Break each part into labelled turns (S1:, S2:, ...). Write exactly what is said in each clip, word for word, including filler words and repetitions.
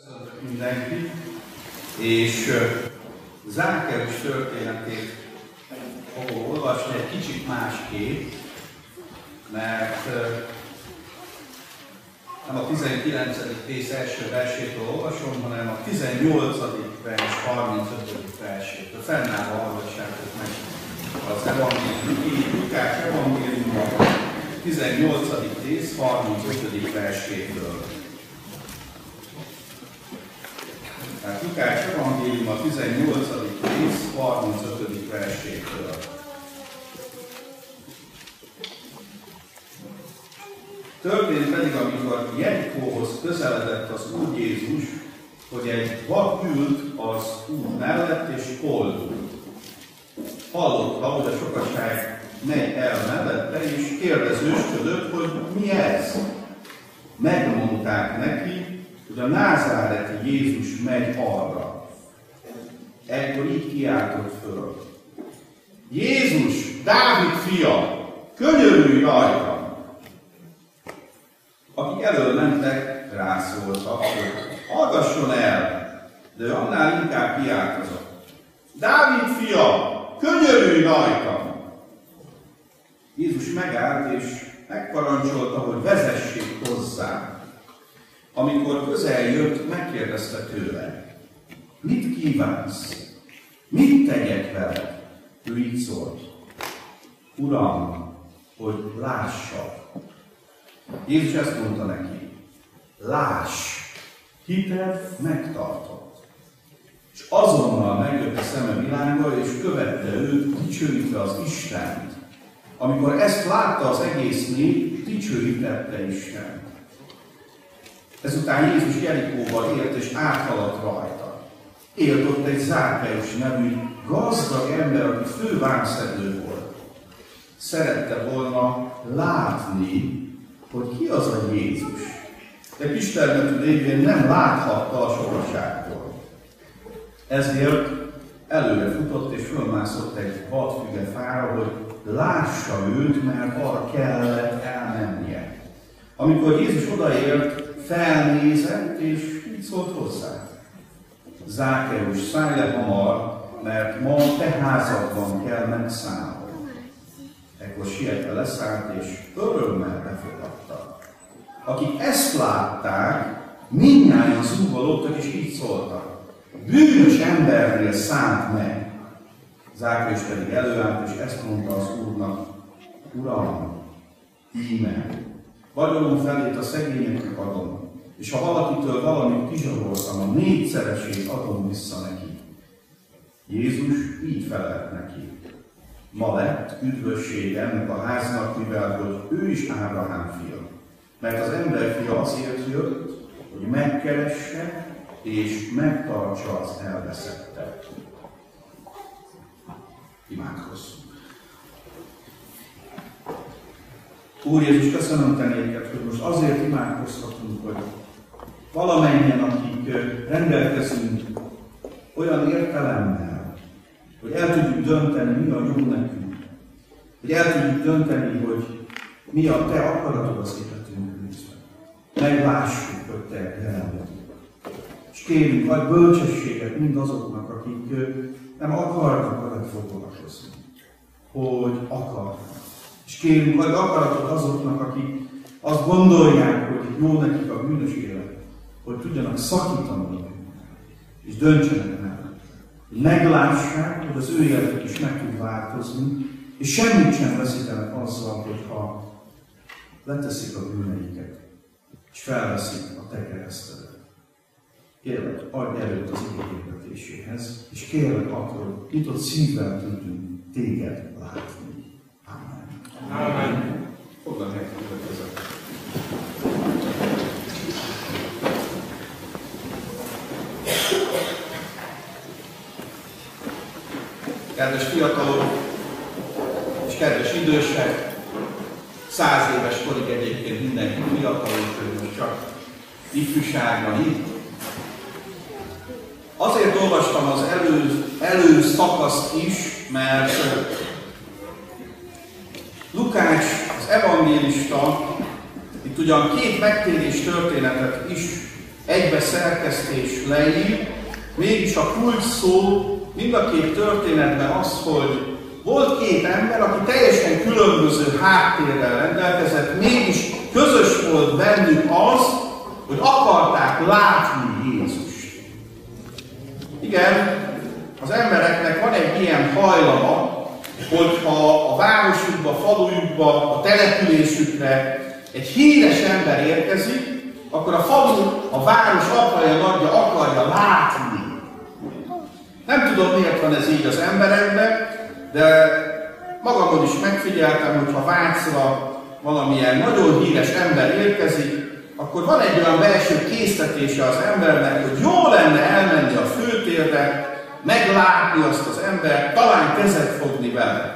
S1: Köszöntök mindenkit, és Zákeus történetét fogom olvasni egy kicsit másképp, mert nem a tizenkilencedik rész első versétől olvasom, hanem a tizennyolcadik vers harmincötödik versétől. Fennállva hallgassátok meg az evangélium, Lukács evangélium a tizennyolcadik rész harmincötödik versétől. Tehát Lukács evangélium a tizennyolcadik rész harmincötödik versétől. Történt pedig, amikor Jerikóhoz közeledett az Úr Jézus, hogy egy vad ült az út mellett és koldult. Hallotta, hogy a sokaság megy el mellette, és kérdezősködött, hogy mi ez. Megmondták neki, hogy a názáreti Jézus megy arra. Ekkor így kiáltott föl: Jézus, Dávid fia, könyörülj rajtam! Akik elől mentek, rászóltak, hogy hallgasson el, de ő annál inkább kiáltozott: Dávid fia, könyörülj rajtam! Jézus megállt és megparancsolta, hogy vezessék hozzá. Amikor közel jött, megkérdezte tőle: mit kívánsz? Mit tegyek veled? Ő így szólt: Uram, hogy lássak. Jézus ezt mondta neki: láss, hited megtartott. És azonnal megjött a szeme világa, és követte őt, dicsőítve az Istent. Amikor ezt látta az egész nép, dicsőítette Istent. Ezután Jézus Jerikóba ért, és áthaladt rajta. Élt ott egy Zákeus nevű gazdag ember, aki fő vámszedő volt. Szerette volna látni, hogy ki az a Jézus. De kistermetű lévén nem láthatta a sokaságtól. Ezért előre futott és fölmászott egy vadfügefára, hogy lássa őt, mert arra kellett elmennie. Amikor Jézus odaért, felnézett, és így szólt hozzá: Zákeus, szállj le hamar, mert ma te házadban kell megszállnod. Ekkor sietve leszállt, és örömmel befogadta. Akik ezt látták, mindnyájan zúgolódtak, és így szóltak: bűnös embernél szállt meg. Zákeus pedig előállt, és ezt mondta az Úrnak: Uram, íme, vagyonom felét a szegényeknek adom, és ha valakitől valamit kizsaroltam, a négyszeresét adom vissza neki. Jézus így felelt neki: ma lett üdvösség ennek a háznak, mivel hogy ő is Ábrahám fia. Mert az emberfia azért jött, hogy megkeresse és megtartsa az elveszettet. Imádkozzunk. Úr Jézus, köszönöm te néked, hogy most azért imádkozhatunk, hogy valamennyien, akik rendelkezünk olyan értelemmel, hogy el tudjuk dönteni, mi a jó nekünk. Hogy el tudjuk dönteni, hogy mi a te akaratod az életünkben. Meglássuk, hogy te jelen vagy. És kérjük, adj bölcsességet mindazoknak, akik nem akarnak veled foglalkozni, hogy akarnak. És kérjük, adj akaratot azoknak, akik azt gondolják, hogy jó nekik a bűnös élet, hogy tudjanak szakítani, és döntsenek meg. Meglássák, hogy az ő életük is meg tud változni, és semmit sem veszítenek azzal, hogyha leteszik a bűneiket, és felveszik a te keresztedet. Kérlek, adj erőt az ige hirdetéséhez, és kérlek attól, hogy nyitott szívvel tudjunk téged látni. Amen. Amen. Foglal helyet a következőt. Kedves fiatalok és kedves idősek, száz éves korig egyébként mindenki fiatal, úgyhogy most csak ifjúság van itt. Azért olvastam az elő, elő szakaszt is, mert Lukács, az evangélista, itt ugyan két megtérés történetet is egybe szerkesztés leír, mégis a kulcs szó mind a két történetben az, hogy volt két ember, aki teljesen különböző háttérrel rendelkezett, mégis közös volt bennük az, hogy akarták látni Jézust. Igen, az embereknek van egy ilyen hajlama, hogyha a városukba, falujukba, a településükre egy híres ember érkezik, akkor a falu, a város apraja, nagyja akarja látni. Nem tudom, miért van ez így az emberekben, de magamon is megfigyeltem, hogy ha Vácra valamilyen nagyon híres ember érkezik, akkor van egy olyan belső késztetése az embernek, hogy jó lenne elmenni a főtérre, meglátni azt az embert, talán kezet fogni vele.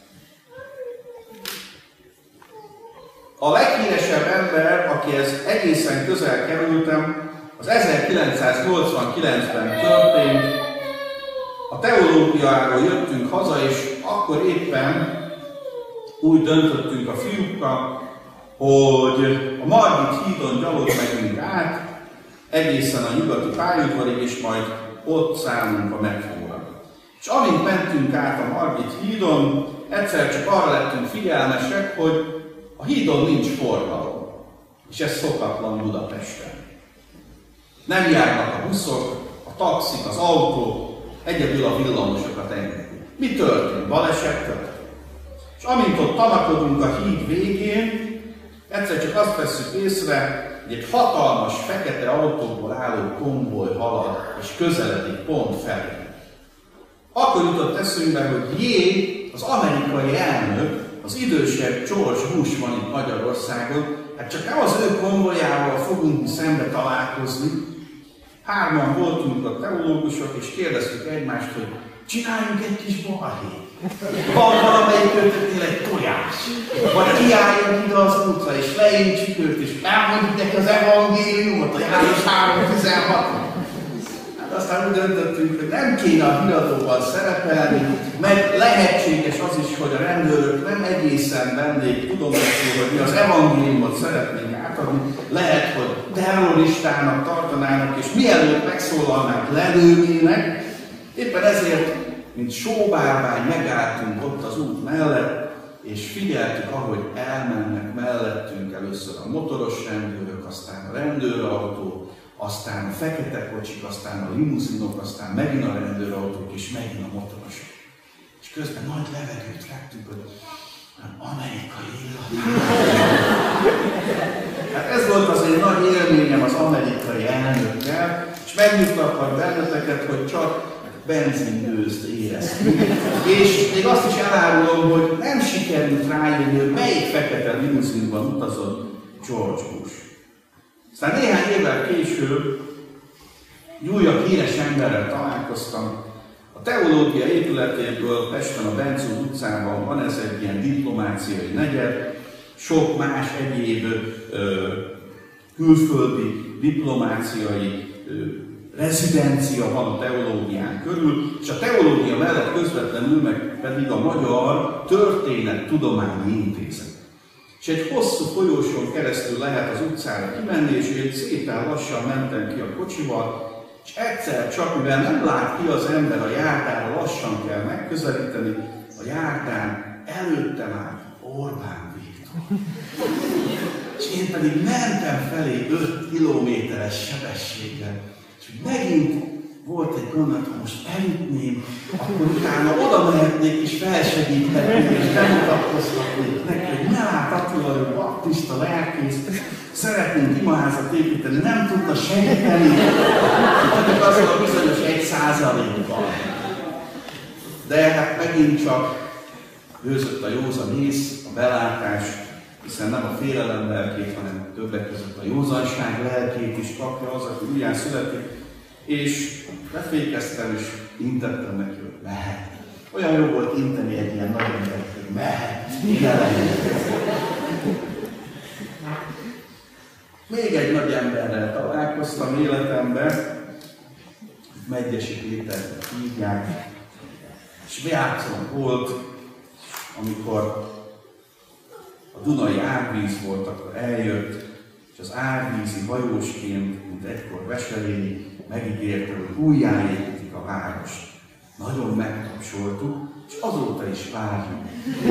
S1: A leghíresebb ember, akihez egészen közel kerültem, az ezerkilencszáznyolcvankilencben történt. A teológiáról jöttünk haza, és akkor éppen úgy döntöttünk a fiúkkal, hogy a Margit hídon gyalog megyünk át, egészen a nyugati pályaudvarig, és majd ott szállunk a metróra. És amint mentünk át a Margit hídon, egyszer csak arra lettünk figyelmesek, hogy a hídon nincs forgalom. És ez szokatlan Budapesten. Nem járnak a buszok, a taxik, az autók, egyedül a villamosokat engedik. Mi történt? Baleset történt. És amint ott tanakodunk a híd végén, egyszer csak azt vesszük észre, hogy egy hatalmas, fekete autóból álló konvoj halad, és közeledik pont felé. Akkor jutott eszünkbe, hogy jé, az amerikai elnök, az idősebb George Bush van itt Magyarországon, hát csak nem az ő konvojával fogunk szembe találkozni. Hárman voltunk a teológusok, és kérdeztük egymást, hogy csináljunk egy kis balhét. Van valamelyik ötöknél egy tojás. Vagy kiálljunk ide az útra, és leíntsük őt, és elmondjuk neki az evangéliumot, a János három tizenhaton. Hát aztán úgy döntöttünk, hogy nem kéne a híradóban szerepelni, mert lehetséges az is, hogy a rendőrök nem egészen vennék tudomásul, hogy mi az evangéliumot szeretnénk átadni. Lehet, hogy terroristának tartanának, és mielőtt megszólalnánk, lelőnének. Éppen ezért, mint sóbárvány megálltunk ott az út mellett, és figyeltük, ahogy elmennek mellettünk először a motoros rendőrök, aztán a rendőrautó, aztán a fekete kocsik, aztán a limuzinok, aztán megint a rendőrautók, és megint a motorosok. És közben nagy levegőt vettünk, hogy amerikai illat. Hát ez volt az egy nagy élményem az amerikai elnökkel, és megnyugtatlak benneteket, hogy csak benzingőzt éreztünk. És még azt is elárulom, hogy nem sikerült rájönni, hogy melyik fekete limuzinban utazott George Bush. Aztán néhány évvel később egy újabb híres emberrel találkoztam. A teológia épületéből Pesten a Bencúr utcában van ez egy ilyen diplomáciai negyed, sok más egyéb ö, külföldi diplomáciai ö, rezidencia van a teológián körül, és a teológia mellett közvetlenül meg pedig a Magyar Történettudományi Intézet. És egy hosszú folyóson keresztül lehet az utcára kimenni, és én szépen lassan mentem ki a kocsival, és egyszer csak, mivel nem lát ki az ember a járdára, lassan kell megközelíteni, a járdán előttem állt Orbán Viktor. És én pedig mentem felé öt kilométeres sebességgel, és megint volt egy gondolat, ha most elütném, akkor utána oda mehetnék és felsegíthetnék, és bemutatkozhatnék neki, hogy ne lát Attila, ő baptista lelkész, szeretnénk imaházat építeni, nem tudta segíteni, csak azzal a bizonyos egy százalékkal. De hát megint csak győzött a józan ész, a belátás, hiszen nem a félelem lelkét, hanem többek között a józanság lelkét is kapja az, aki újján születik. És lefékeztem, és intettem neki, hogy mehet. Olyan jó volt inteni egy ilyen nagy embert, hogy mehet, Még egy nagy emberrel találkoztam életemben, Megyesi Péternek hívják, és bejátszom volt, amikor a Dunai árvíz volt, akkor eljött, és az árvízi hajósként, mint egykor Veselényi, megígérte, hogy újjáépítik a várost. Nagyon megtapsoltuk, és azóta is várjuk.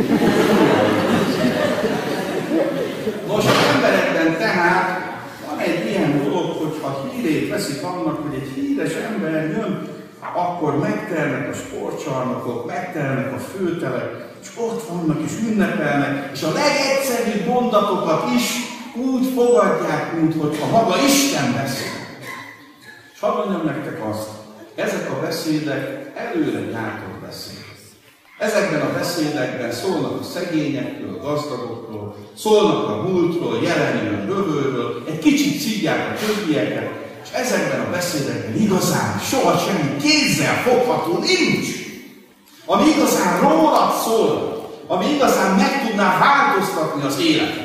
S1: Nos, az emberekben tehát van egy ilyen dolog, hogyha hírét veszik annak, hogy egy híres ember jön, akkor megtelnek a sportcsarnokok, megtelnek a főtelek, és ott vannak és ünnepelnek, és a legegyszerűbb mondatokat is úgy fogadják, mintha maga Isten beszél. És hadd mondjam nektek azt, ezek a beszédek előre gyártott beszédek. Ezekben a beszédekben szólnak a szegényekről, a gazdagokról, szólnak a múltról, jelenről, jövőről, egy kicsit szívják a többieket, és ezekben a beszédekben igazán soha semmi kézzel fogható nincs, ami igazán rólad szól, ami igazán meg tudná változtatni az életet.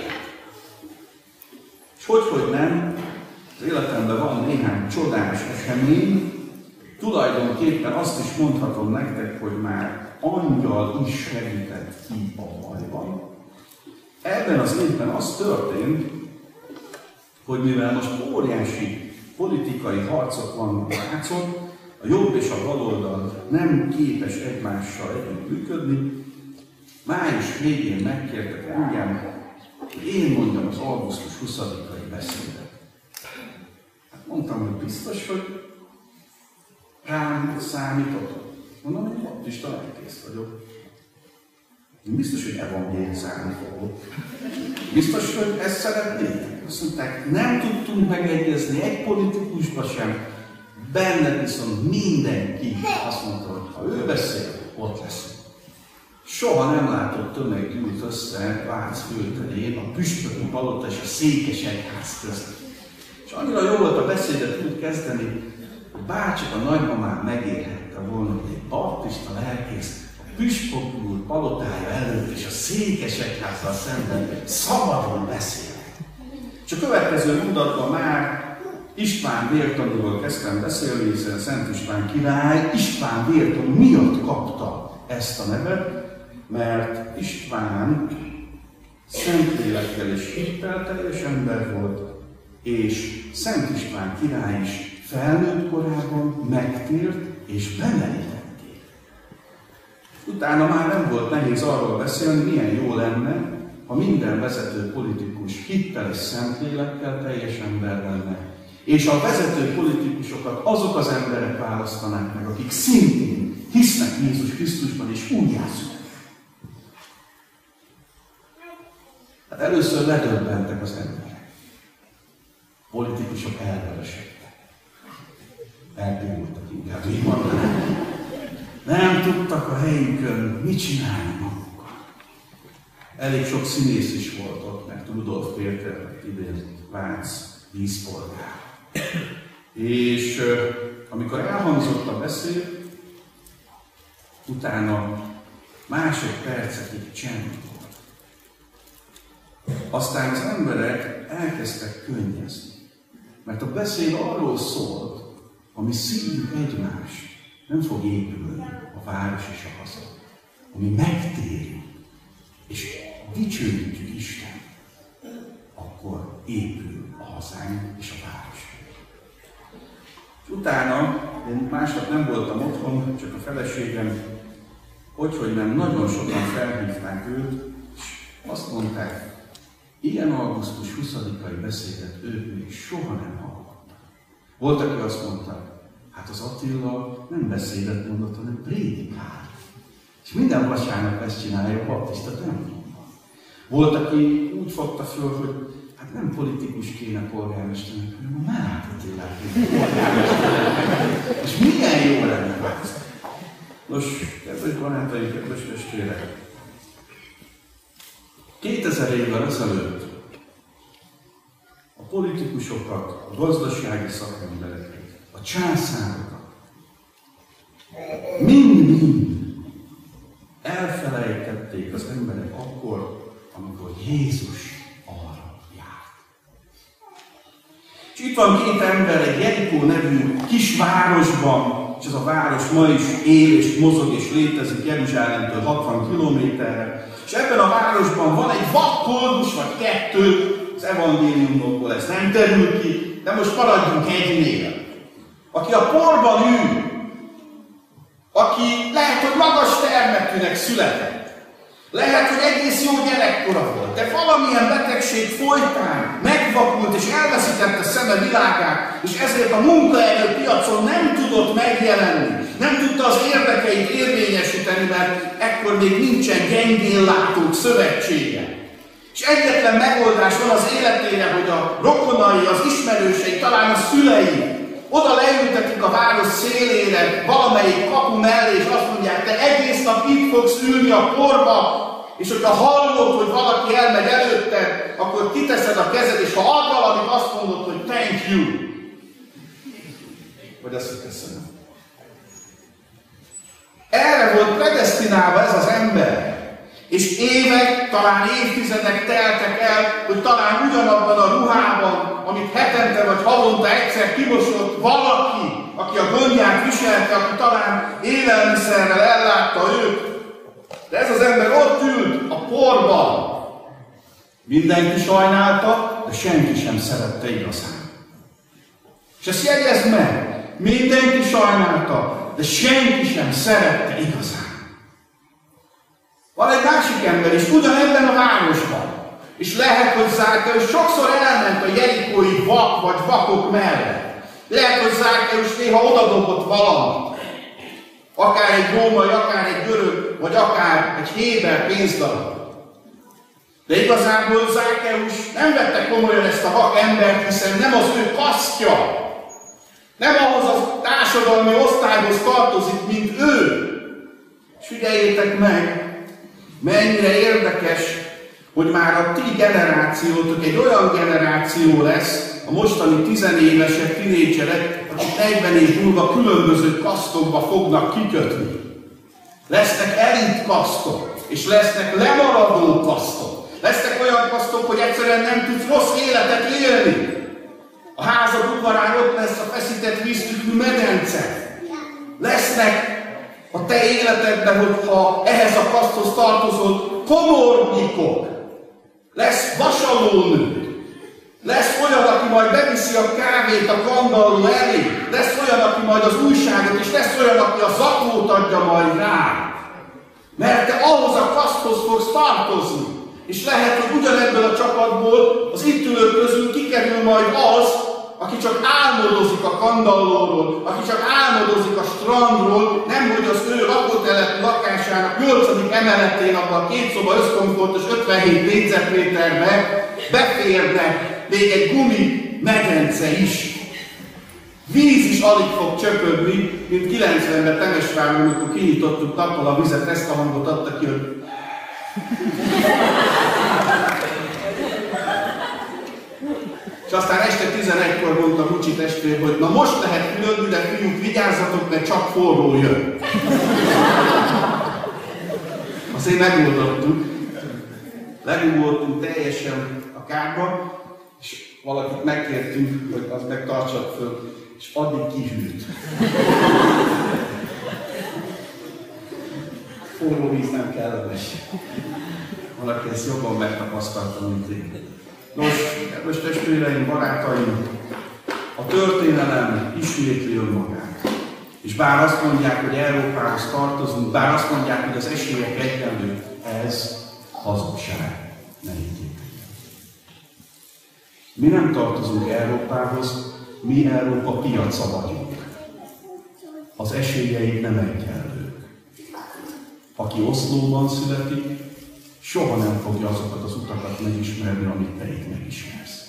S1: És hogyhogy nem, az életemben van néhány csodás esemény, tulajdonképpen azt is mondhatom nektek, hogy már angyal is segített ki a bajban. Ebben az évben az történt, hogy mivel most óriási politikai harcok vannak Vácon, a jobb és a baloldal nem képes egymással együtt működni, május végén megkértek engem, hogy én mondjam az augusztus huszadikai beszédet. Hát mondtam, hogy biztos, hogy rám számítotok. Mondom, hogy baptista lelkész vagyok. Biztos, hogy evangélizálni fogok. Biztos, hogy ezt szeretnék. Azt mondták, nem tudtunk megegyezni egy politikusba sem. Benned viszont mindenki azt mondta, hogy ha ő beszél, ott lesz. Soha nem látott tömeg gyűlt össze Vác főterén, a püspöki palota és a székesegyház között. És annyira jó volt a beszédet úgy kezdeni, hogy bárcsak a nagymamám megérhette volna, hogy egy baptista lelkész a püspök úr palotája előtt és a székesegyházzal szemben szabadon beszél. És a következő mondatban már István vértanúról kezdtem beszélni, hiszen Szent István király István vértanú miatt kapta ezt a nevet, mert István Szentlélekkel és hittel teljes ember volt, és Szent István király is felnőtt korában megtért és bemerítették. Utána már nem volt nehéz arról beszélni, milyen jó lenne, ha minden vezető politikus hittel és Szentlélekkel teljes ember lenne, és a vezető politikusokat azok az emberek választanák meg, akik szintén hisznek Jézus Krisztusban és úgy játszunk. Hát először ledöbbentek az emberek. Politikusok elvelesedtek. Elpirultak inkább, így mondanám. Nem tudtak a helyükön mit csinálni magukkal. Elég sok színész is volt ott, meg Rudolf Péter, idén Vác díszpolgár. És uh, amikor elhangzott a beszéd, utána másodpercekig csend volt. Aztán az emberek elkezdtek könnyezni, mert a beszéd arról szólt, ami szívjuk egymást, nem fog épülni a város és a haza, ami megtérünk, és dicsőítjük Isten, akkor épül a hazánk és a város. És utána, én másnap nem voltam otthon, csak a feleségem, hogyhogy nem, nagyon sokan felhívták őt, és azt mondták, ilyen augusztus huszadikai beszédet ők még soha nem hallottak. Volt, aki azt mondta, hát az Attila nem beszédet mondott, hanem prédikál. És minden vasárnap ezt csinálja a baptista templomban. Volt, aki úgy fogta föl, hogy hát nem politikus kéne polgármesternek, hanem a Márk Attilát polgármesternek. És milyen jó lenne választani. Nos, kedves barátaim, kedves testvérek, kétezer évvel ezelőtt a politikusokat, a gazdasági szakembereket, a császárokat mind-mind elfelejtették az emberek akkor, amikor Jézus arra járt. És itt van két ember egy Jerikó nevű kisvárosban, és ez a város ma is él és mozog és létezik Jeruzsálemtől hatvan kilométerre. És ebben a városban van egy vadkoldus vagy kettő, az evangéliumokból ez nem terül ki, de most maradjunk egynél. Aki a porban ül, aki lehet, hogy magas termetűnek született, lehet, hogy egész jó gyerekkora volt, de valamilyen betegség folytán megvakult és elveszítette szeme világát, és ezért a munkaerőpiacon nem tudott megjelenni, nem tudta az érdekeit érvényesíteni, mert ekkor még nincsen gyengén látók szövetsége. És egyetlen megoldás van az életére, hogy a rokonai, az ismerősei, talán a szülei oda leültetik a város szélére, valamelyik kapu mellé, és azt mondják, te egész nap itt fogsz ülni a porba, és hogyha hallod, hogy valaki elmegy előtted, akkor kiteszed a kezed, és ha ad valamit, azt mondod, hogy thank you. Vagy azt, hogy köszönöm. Erre volt predesztinálva ez az ember. És évek, talán évtizedek teltek el, hogy talán ugyanabban a ruhában, amit hetente vagy havonta egyszer kimosott valaki, aki a gondját viselte, aki talán élelmiszerrel ellátta őt. De ez az ember ott ült a porban. Mindenki sajnálta, de senki sem szerette igazán. És ezt jegyezd meg, mindenki sajnálta, de senki sem szerette igazán. Van egy másik ember is, ugyanebben a városban. És lehet, hogy Zákkeus sokszor elment a jerikói vak vagy vakok mellett. Lehet, hogy Zákkeus néha odadobott valamit. Akár egy római, akár egy görög, vagy akár egy héber pénzdarab. De igazából Zákkeus nem vette komolyan ezt a vak embert, hiszen nem az ő kasztja. Nem ahhoz a társadalmi osztályhoz tartozik, mint ő. És figyeljétek meg, mennyire érdekes, hogy már a ti generációtok egy olyan generáció lesz, a mostani tizenévesek, tinédzserek, akik negyven év múlva különböző kasztokba fognak kikötni. Lesznek elit kasztok, és lesznek lemaradó kasztok. Lesznek olyan kasztok, hogy egyszerűen nem tudsz rossz életet élni. A házad udvarán ott lesz a feszített víztükrű medence. Lesznek a te életedben, hogyha ehhez a kaszthoz tartozol, komornyikok. Lesz vasalónő. Lesz olyan, aki majd beviszi a kávét a kandalló elé. Lesz olyan, aki majd az újságot, és lesz olyan, aki a zakót adja majd rá. Mert te ahhoz a kaszthoz fogsz tartozni. És lehet, hogy ugyanebből a csapatból az itt ülők közül kikerül majd az, aki csak álmodozik a kandallóról, aki csak álmodozik a strandról, nemhogy az ő lakótelepű lakásának nyolcadik emeletén, abban a két szoba összkomfortos ötvenhét négyzetméterbe beférne még egy gumi medence is. Víz is alig fog csöpögni, mint kilencvenben Temesváron, amikor kinyitottuk nappal a vizet, ezt a hangot adta ki, hogy és aztán este tizenegykor mondta Mucsi testvér, hogy na most lehet különböző, de fiúk, vigyázzatok, mert csak forró jön. Azért megoldottuk. Legugoltunk teljesen a kárba, és valakit megkértünk, hogy az meg tartsak föl, és addig kihűlt. Forró víz nem kellemes. Valaki ezt jobban megtapasztalta, mint én. Nos, kedves testvéreim, barátaim, a történelem ismétli önmagát. És bár azt mondják, hogy Európához tartozunk, bár azt mondják, hogy az esélyek egyenlők, ez hazugság. Ne higgyék. Mi nem tartozunk Európához, mi Európa piaca vagyunk. Az esélyeik nem egyenlők. Aki Oszlóban születik, soha nem fogja azokat az utakat megismerni, amit te itt megismersz.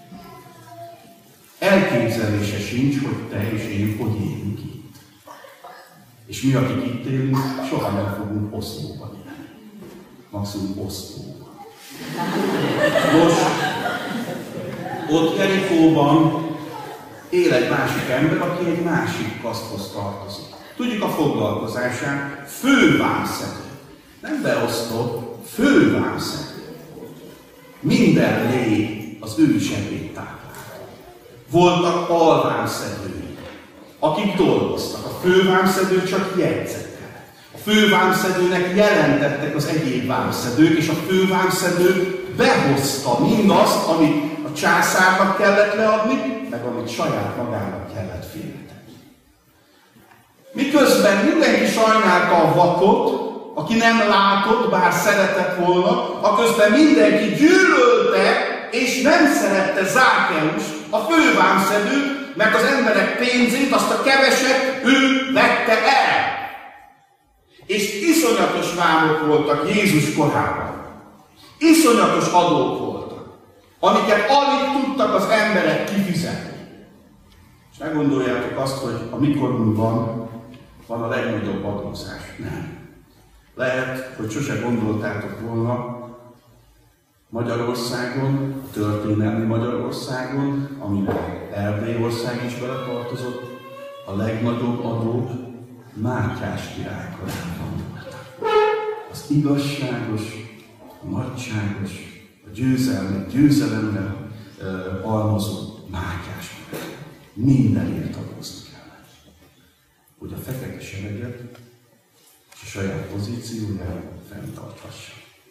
S1: Elképzelése sincs, hogy te és én hogy élünk itt. És mi, akik itt élünk, soha nem fogunk Oszlóban élni. Maximum Oszlóban. Most, ott Jerikóban él egy másik ember, aki egy másik kaszthoz tartozik. Tudjuk a foglalkozását, fővámszedő. Nem beosztott, fővámszedő. Minden lény az ő zsebét táplálta. Voltak alvámszedői, akik dolgoztak. A fővámszedő csak jegyzettel. A fővámszedőnek jelentettek az egyéb vámszedők, és a fővámszedő behozta mindazt, amit a császárnak kellett leadni, meg amit saját magának kellett félretenni. Miközben mindenki sajnálta a vakot, aki nem látott, bár szeretett volna, aközben mindenki gyűlölte, és nem szerette Zákkeust, a fővámszedőt, mert az emberek pénzét, azt a keveset ő vette el. És iszonyatos vámok voltak Jézus korában. Iszonyatos adók voltak, amiket alig tudtak az emberek kifizetni. És ne gondoljátok azt, hogy a mi korunkban van a legnagyobb adózás. Nem. Lehet, hogy sose gondoltátok volna Magyarországon, a történelmi Magyarországon, amiben Erdélyország is beletartozott, a legnagyobb adók Mátyás király korában voltak. Az igazságos, a nagyságos, a győzelmi, győzelemmel uh, almazó Mátyás király. Mindenért adózni kellett. Hogy a fekete sereget és a saját pozícióját fenntarthassa.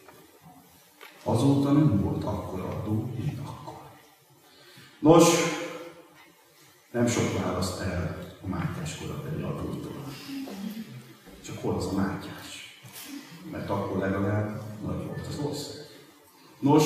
S1: Azóta nem volt akkora adó, mint akkor. Nos, nem sok választ el a Mátyás korabeli adótól. Csak hol az a Mátyás? Mert akkor legalább nagy volt az ország. Nos,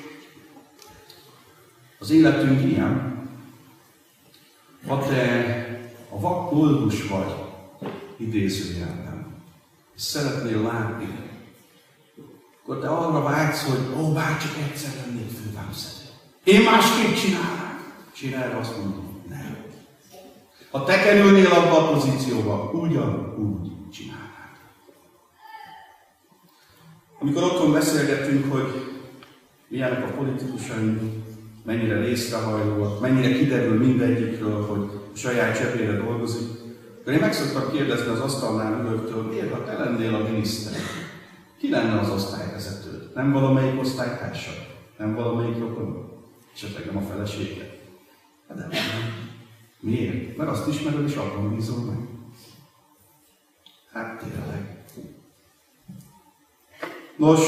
S1: az életünk ilyen. Ha te a vak boldus vagy, idézőjelben, és szeretnél látni, akkor te arra vágysz, hogy ó, bár csak egyszer lennék fővámszedő. Én másképp csinálnám. És én erre azt mondom, nem. Ha te kerülnél abba a pozícióba, ugyanúgy csinálnád. Amikor otthon beszélgettünk, hogy milyenek a politikusaink, mennyire részrehajlóak, mennyire kiderül mindegyikről, hogy a saját zsebére dolgozik, akkor én meg szoktam kérdezni az asztalnál ülőktől, miért, ha te lennél a miniszter? Ki lenne az osztályvezető? Nem valamelyik osztálytársad? Nem valamelyik rokon? Esetleg nem a felesége? Hát de nem. Miért? Mert azt ismered, és abban bízol meg. Hát tényleg. Nos,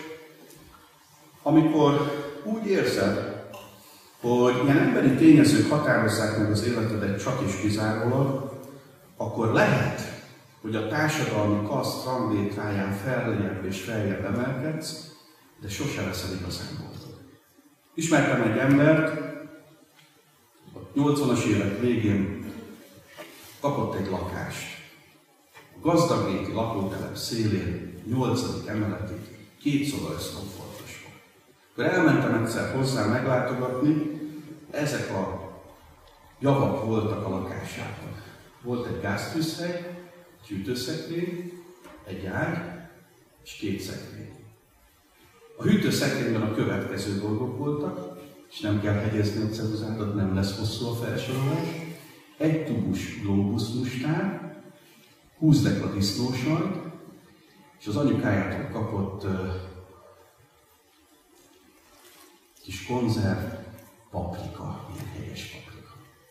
S1: amikor úgy érzed, hogy ilyen emberi tényezők határozzák meg az életedet csak és kizárólag, akkor lehet, hogy a társadalmi kaszt ranglétráján feljebb és feljebb emelkedsz, de sose leszel igazán boldog. Ismertem egy embert, a nyolcvanas évek végén kapott egy lakást. A gazdagréti lakótelep szélén, nyolcadik emeletig, két szoba összkomfortos volt. Akkor elmentem egyszer hozzá meglátogatni, ezek a javak voltak a lakásában. Volt egy gáztűzhely, egy hűtőszekrény, egy ágy és két szekrény. A hűtőszekrényben a következő dolgok voltak, és nem kell hegyezni a ceruzádat, nem lesz hosszú a felsorolás. Egy tubus glóbuszmustár, húsz deka disznósajt, és az anyukájától kapott uh, kis konzerv, paprika, ilyen helyes paprika.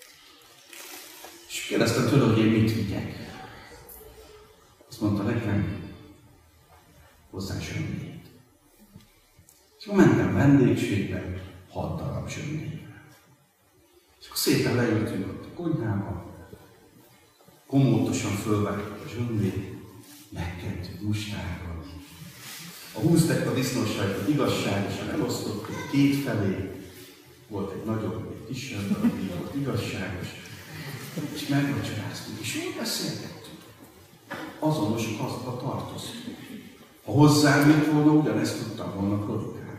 S1: És kérdeztem tőle, hogy én mit vigyek. Azt mondta nekem, hozzá zsömlét. És akkor mentem vendégségbe, hat darab zsömlével. És akkor szépen leültünk ott a konyhába, komótosan fölvágtuk a zsömlét, megkentük mustárral. A húsz deka disznósajtot igazságosan elosztottuk két felé, volt egy nagyobb, egy kisebb darab, volt igazságos, és megvacsoráztunk, és jól beszélgettünk. Azonos kasztba tartoztunk. Ha hozzám jött volna, ugyanezt tudtam volna produkálni.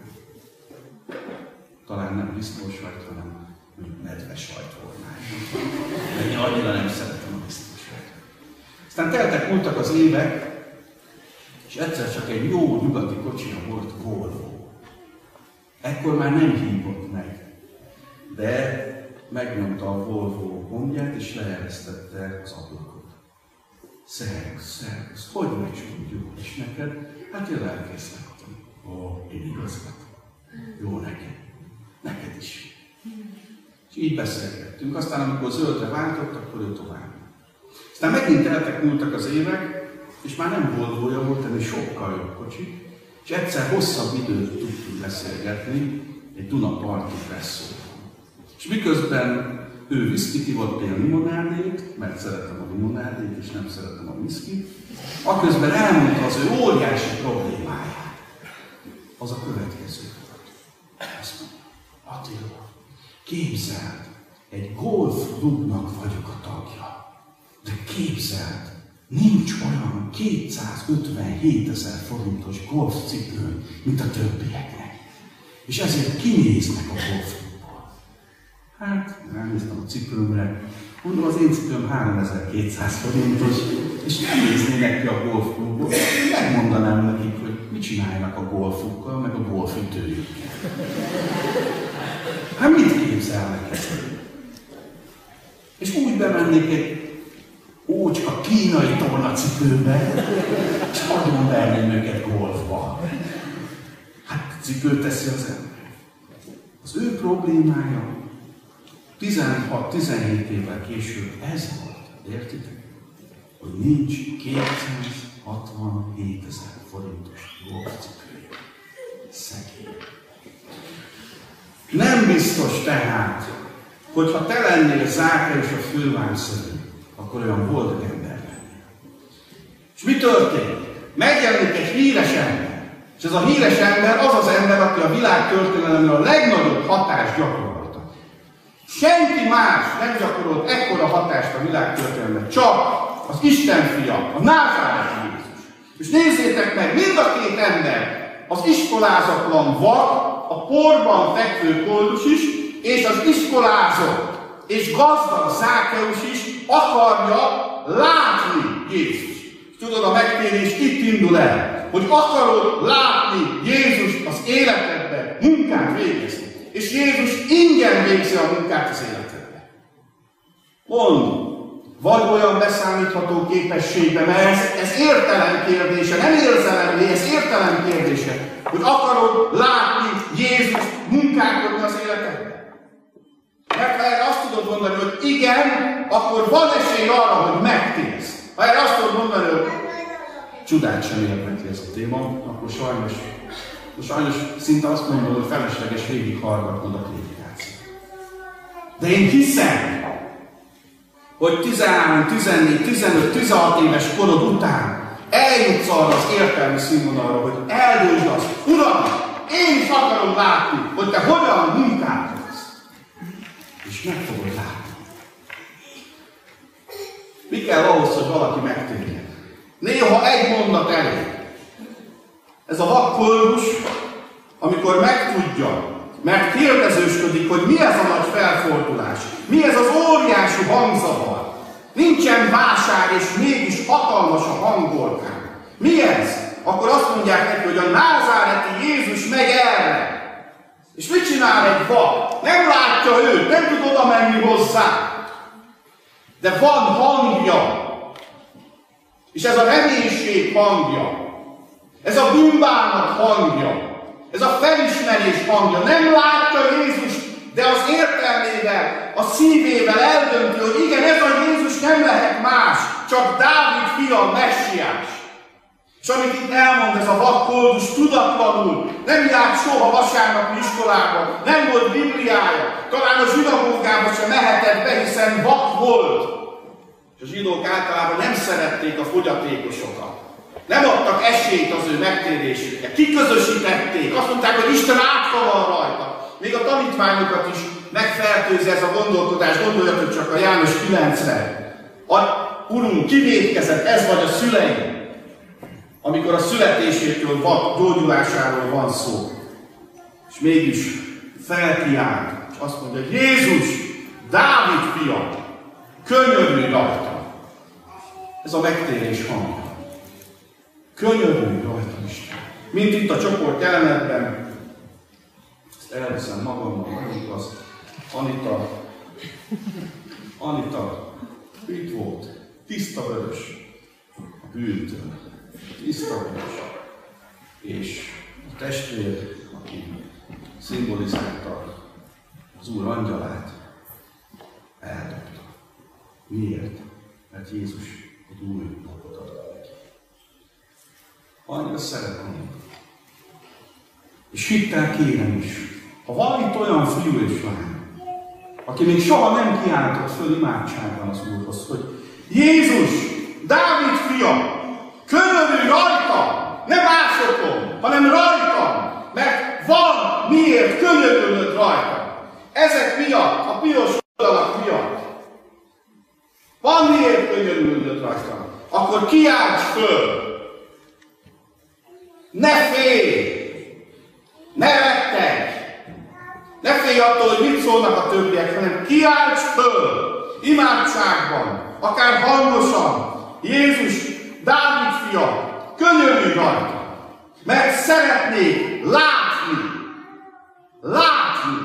S1: Talán nem disznósajt, hanem mondjuk nedvesajt volna. De én annyira nem szeretem a disznósajt. Aztán teltek múltak az évek, és egyszer csak egy jó nyugati kocsija volt, Volvo. Ekkor már nem hívott meg, de megnyomta a Volvo gombját, és leeresztette az ablakot. Szervusz, szervusz, hogy megcsúndjuk, és neked? Hát én lelkész lettem. Ó, én igazgatom. Jó neked. Neked is. És így beszélgettünk. Aztán, amikor zöldre váltott, akkor ő tovább. Aztán megint teltek múltak az évek, és már nem Volvo-ja volt, hanem sokkal jobb kocsi, És egyszer hosszabb időt tudtunk beszélgetni egy Dunaparti presszóban. És miközben ő viszkit ivott, én limonádét, mert szeretem a limonádét, és nem szeretem a viszkit, aközben elmondta az ő óriási problémáját. Az a következő volt. Azt mondja, Attila, képzeld, egy golfklubnak vagyok a tagja, de képzeld, nincs olyan kétszázötvenhétezer forintos golfcipőm, mint a többieknek. És ezért kinéznek a golfklubból. Hát, ránéztem a cipőmre, mondom, az én cipőm háromezer-kétszáz forintos, és nem néznének ki a golfklubból, megmondanám nekik, hogy mit csinálnak a golfukkal, meg a golfütőjükkel. Hát mit képzelnek ezt? És úgy bemennék egy ócska kínai tornacipőbe, és nagyon verném őket golfba. Hát cipőt teszi az ember. Az ő problémája tizenhat-tizenhét évvel később ez volt, értitek? Hogy nincs kétszázhatvanhétezer forintos golfcipője. Szegény. Nem biztos tehát, hogy ha te lennél Zákeus a fővárszörű, akkor olyan boldog ember lennél. És mi történik? Megjelenik egy híres ember. És ez a híres ember az az ember, aki a világ történelemben a legnagyobb hatást gyakorolta. Senki más nem gyakorolt ekkora hatást a világ történelemben, csak az Isten fia, a názáreti Jézus. És nézzétek meg, mind a két ember, az iskolázatlan vak, a porban fekvő koldus is, és az iskolázott és gazdag Zákeus is akarja látni Jézust. Tudod, a megtérés itt indul el, hogy akarod látni Jézust az életedben, munkát végezni. És Jézus ingyen végzi a munkát az életedben. Mondd, vagy olyan beszámítható képességben, mert ez, ez értelem kérdése, nem érzelemlé, ez értelem kérdése, hogy akarod látni Jézus munkálkodni az életedben. Mert ha erre azt tudod mondani, hogy igen, akkor van esély arra, hogy megtérsz. Ha erre azt tudod mondani, hogy csodát sem ért neki ez a téma, akkor sajnos, sajnos szinte azt mondom, hogy felesleges végig hallgatnod a prédikációt. De én hiszem, hogy tizenhárom, tizennégy, tizenöt, tizenhat éves korod után eljutsz arra az értelmi színvonalra, hogy eldöntsd azt, Uram, én is akarom látni, hogy te hogyan munkálkodsz. És meg fogod látni. Mi kell ahhoz, hogy valaki megtérjen? Néha egy mondat elég. Ez a vakkoldus, amikor megtudja, mert kérdezősködik, hogy mi ez a nagy felfordulás, mi ez az óriási hangzavar. Nincsen vásár, és mégis hatalmas a hangorkán. Mi ez? Akkor azt mondják neki, hogy a názáreti Jézus megy erre. És mit csinál egy vak? Nem látja őt, nem tud oda menni hozzá. De van hangja. És ez a reménység hangja. Ez a bűnbánat hangja. Ez a felismerés hangja. Nem látja Jézus, de az értelmével, a szívével eldönti, hogy igen, ez a Jézus nem lehet más, csak Dávid fia, messiás. És amit itt elmond ez a vakkoldus, tudatlanul, nem járt soha vasárnapi iskolába, nem volt bibliája, talán a zsinagógába sem mehetett be, hiszen vak volt. És a zsidók általában nem szerették a fogyatékosokat. Nem adtak esélyt az ő megtérésükre. Kiközösítették. Azt mondták, hogy Isten átfa van rajta. Még a tanítványokat is megfertőzi ez a gondolkodás. Gondoljatok csak a János kilencre. A Urunk kivétkezett, ez vagy a szüleim. Amikor a születésétől vak gyógyulásáról van szó. És mégis felkiált, és azt mondja, hogy Jézus, Dávid fia, könyörülj rajta. Ez a megtérés hangja. Könyörülj rajta, Isten. Mint itt a csoport jelenetben, ezt elveszem magammal, mondjuk azt, Anita, Anita, itt volt, tiszta vörös a bűntől, tiszta vörös. És a testvér, aki szimbolizálta az Úr angyalát, eldobta. Miért? Mert Jézus egy új napot adott neki. Annyira szeretem, És hittel kérem is, ha van itt olyan fiú és lány, aki még soha nem kiáltott föl imádságban az Úrhoz, hogy Jézus, Dávid fia, könyörülj rajtam, nem másokon, hanem rajtam, mert van miért könyörülnöd rajtam. Ezek miatt, a piros oldalak miatt. Van miért könyörülnöd rajtam. Akkor kiálts föl. Ne félj! Ne rettegj! Ne félj attól, hogy mit szólnak a többiek, hanem kiálts föl! Imádságban, akár hangosan, Jézus, Dávid fia, könyörülj rajta, mert szeretnék látni, látni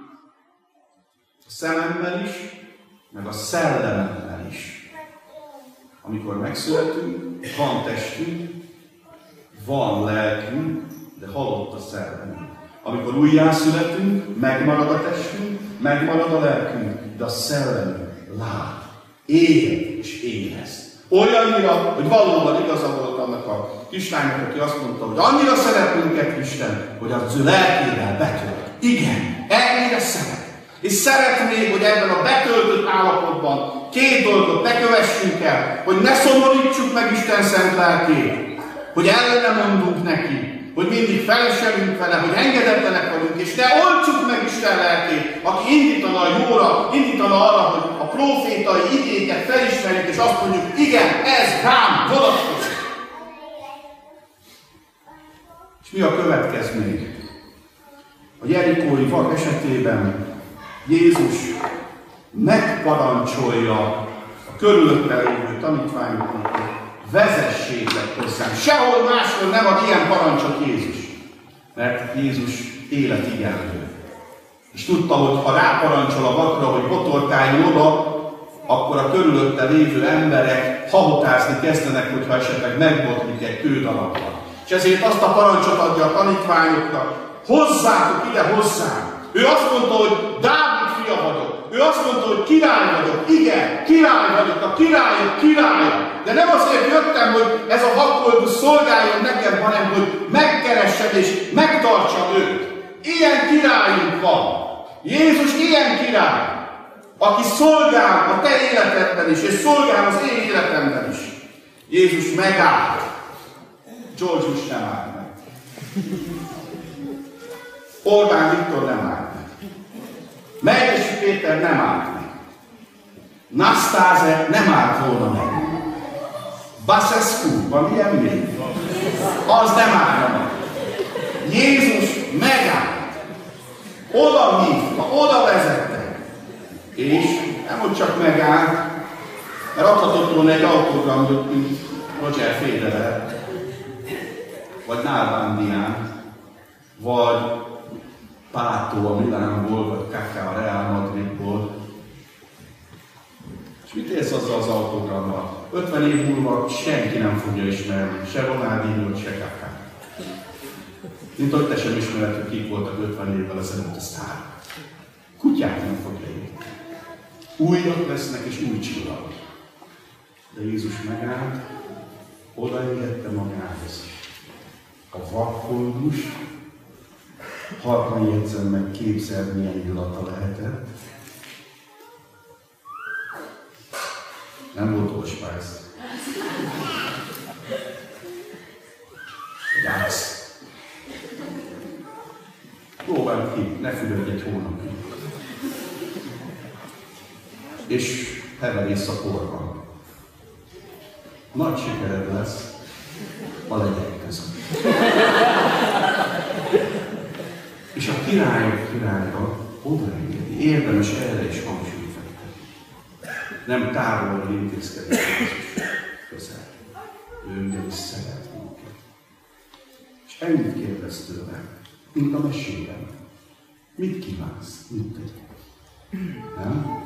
S1: a szememmel is, meg a szellememmel is. Amikor megszületünk, van testünk, van lelkünk, de halott a szellemünk. Amikor újjászületünk, megmarad a testünk, megmarad a lelkünk, de a szellemünk lát, él és érez. Olyannyira, hogy valóban igaza volt annak a kislánynak, aki azt mondta, hogy annyira szeret minket Isten, hogy az ő lelkével betölt. Igen, ennyire szeret. És szeretnék, hogy ebben a betöltött állapotban két dolgot ne kövessünk el, hogy ne szomorítsuk meg Isten szent lelkét, hogy ellene mondunk neki, hogy mindig feleselünk vele, hogy engedetlenek vagyunk, és ne oltsuk meg Isten lelkét, aki indítana a jóra, indítana arra, hogy a prófétai igéket felismerjük, és azt mondjuk, igen, ez rám vonatkozik. És mi a következmény? A jerikói vak esetében Jézus megparancsolja a körülötte lévő tanítványoknak, hogy vezessétek hozzám. Sehol máshol nem ad ilyen parancsot Jézus. Mert Jézus életigenlő. És tudta, hogy ha ráparancsol a vakra, hogy botorkáljon oda, akkor a körülötte lévő emberek hahotázni kezdenek, hogyha esetleg megbotlik egy kődarabra. És ezért azt a parancsot adja a tanítványoknak, hozzátok ide hozzám. Ő azt mondta, hogy Dávid fia vagyok. Ő azt mondta, hogy király vagyok. Igen, király vagyok, a királyok királya. De nem azért jöttem, hogy ez a vakkoldú szolgáljon nekem, hanem hogy megkeressem és megtartsam őt. Ilyen királyunk van. Jézus ilyen király, aki szolgál a te életedben is, és szolgál az én életemben is. Jézus megállt. George Bush nem állt meg. Orbán Viktor nem állt meg. Megyesi Péter nem állt meg. Nastase nem állt volna meg. Basescu, van ilyen még? Az nem állna meg. Jézus megállt. Oda hívta, oda vezette. És nem hogy csak megállt, mert adhatott volna egy autogramot, mint Roger Federer, vagy Nálvándián, vagy Pátó a Milánból, vagy Kaká a Real Madridból. És mit érsz azzal az autogrammal? ötven év múlva senki nem fogja ismerni, se Ronaldinho, se Kaká. Mint hogy te sem ismered, hogy kik voltak ötven évvel ezelőtt a sztár. Kutyák nem fogja érni. Újak lesznek és új csillagok. De Jézus megállt, odaengedte magához a vakkoldus, halkan jegyzem meg, képzeld, milyen illata lehetett. Nem volt Ospász. Gyász. Próbáld ki, ne fülödj egy hónapig. És heverész a porban. Nagy sikered lesz a legyek között. És a királyok királya odaengedi. Érdemes erre is hangsúlyt fektetni. Nem távolról intézkedik Jézus közel. Ő ugyanis szeret minket. És ennyit kérdez tőle, mint a mesében. Mit kívánsz? Mit tegyek? Nem?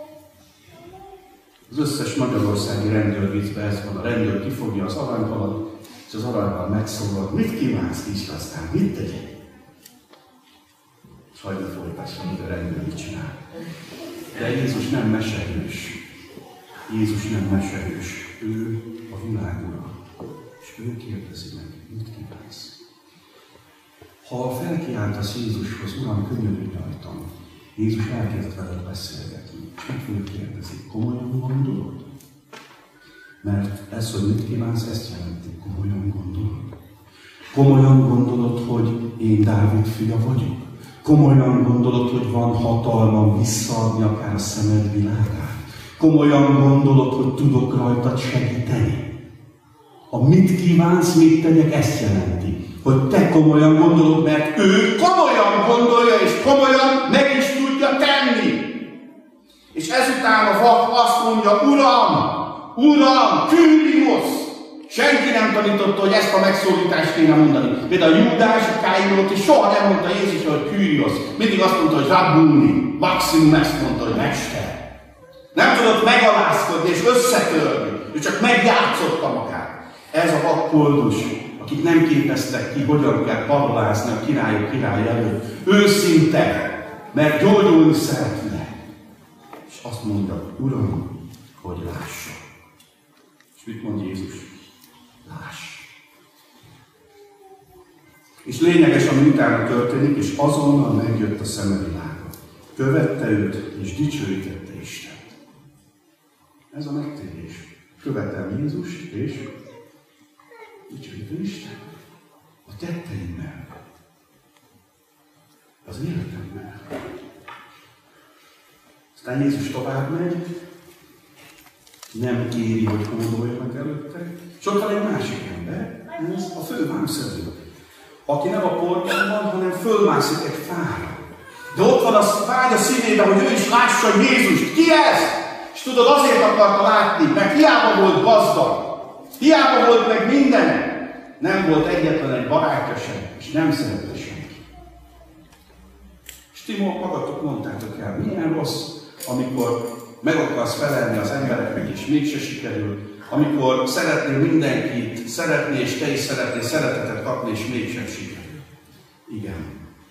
S1: Az összes magyarországi rendőrviccben ez van. A rendőr kifogja az aranyhalat, és az aranyhal megszólal. Mit kívánsz, kis aztán? Mit tegyek? És hagyni folytassa, amit a rendőr mit csinál. De Jézus nem mesehős. Jézus nem mesehős. Ő a világ ura. És ő kérdezi meg, mit kívánsz?
S2: Ha felkiáltasz Jézushoz, Uram, könyörülj rajtam, Jézus elkezd veled beszélgetni, és meg fogja kérdezni, komolyan gondolod? Mert ez, hogy mit kívánsz, ezt jelenti, komolyan gondolod. Komolyan gondolod, hogy én Dávid fia vagyok? Komolyan gondolod, hogy van hatalmam visszaadni akár a szemed világát? Komolyan gondolod, hogy tudok rajtad segíteni? A mit kívánsz, mit tegyek, ezt jelenti. Hogy te komolyan gondolod, mert ő komolyan gondolja, és komolyan meg is tudja tenni. És ezután a vak azt mondja, Uram, Uram, Kyrios! Senki nem tanította, hogy ezt a megszólítást kéne mondani. Például Júdás, a Káinót, és soha nem mondta Jézus, hogy Kyrios. Mindig azt mondta, hogy Rabbuni. Maximum ezt mondta, hogy Mester. Nem tudott megalázkodni és összetörni. Ő csak megjátszotta magát. Ez a vakkoldus, akik nem képeztek ki, hogyan kell parolázni a királyok király előtt. Őszinte, mert gyógyulni szeretne. És azt mondja, Uram, hogy lássa. És mit mond Jézus? Láss. És lényeges, ami utána történik, és azonnal megjött a szeme világa. Követte őt, és dicsőítette Istent. Ez a megtérés. Követem Jézust, és dicsőítem Istent. A tetteimmel. Az életemmel. Aztán Jézus tovább megy, nem kéri, hogy hódoljanak előtte. És ott van egy másik ember, ez a fővámszedő, aki nem a portban van, hanem fölmászik egy fára. De ott van a vágy a szívében, hogy ő is lássa Jézust. Ki ez? És tudod, azért akarta látni, mert hiába volt gazdag, hiába volt meg minden, nem volt egyetlen egy barátja sem, és nem szerette senki. És ti magatok mondtátok el, milyen rossz, amikor meg akarsz felelni az embereknek, és mégse sikerül, amikor szeretnél mindenkit szeretni, és te is szeretnél szeretetet kapni, és mégsem sikerül. Igen.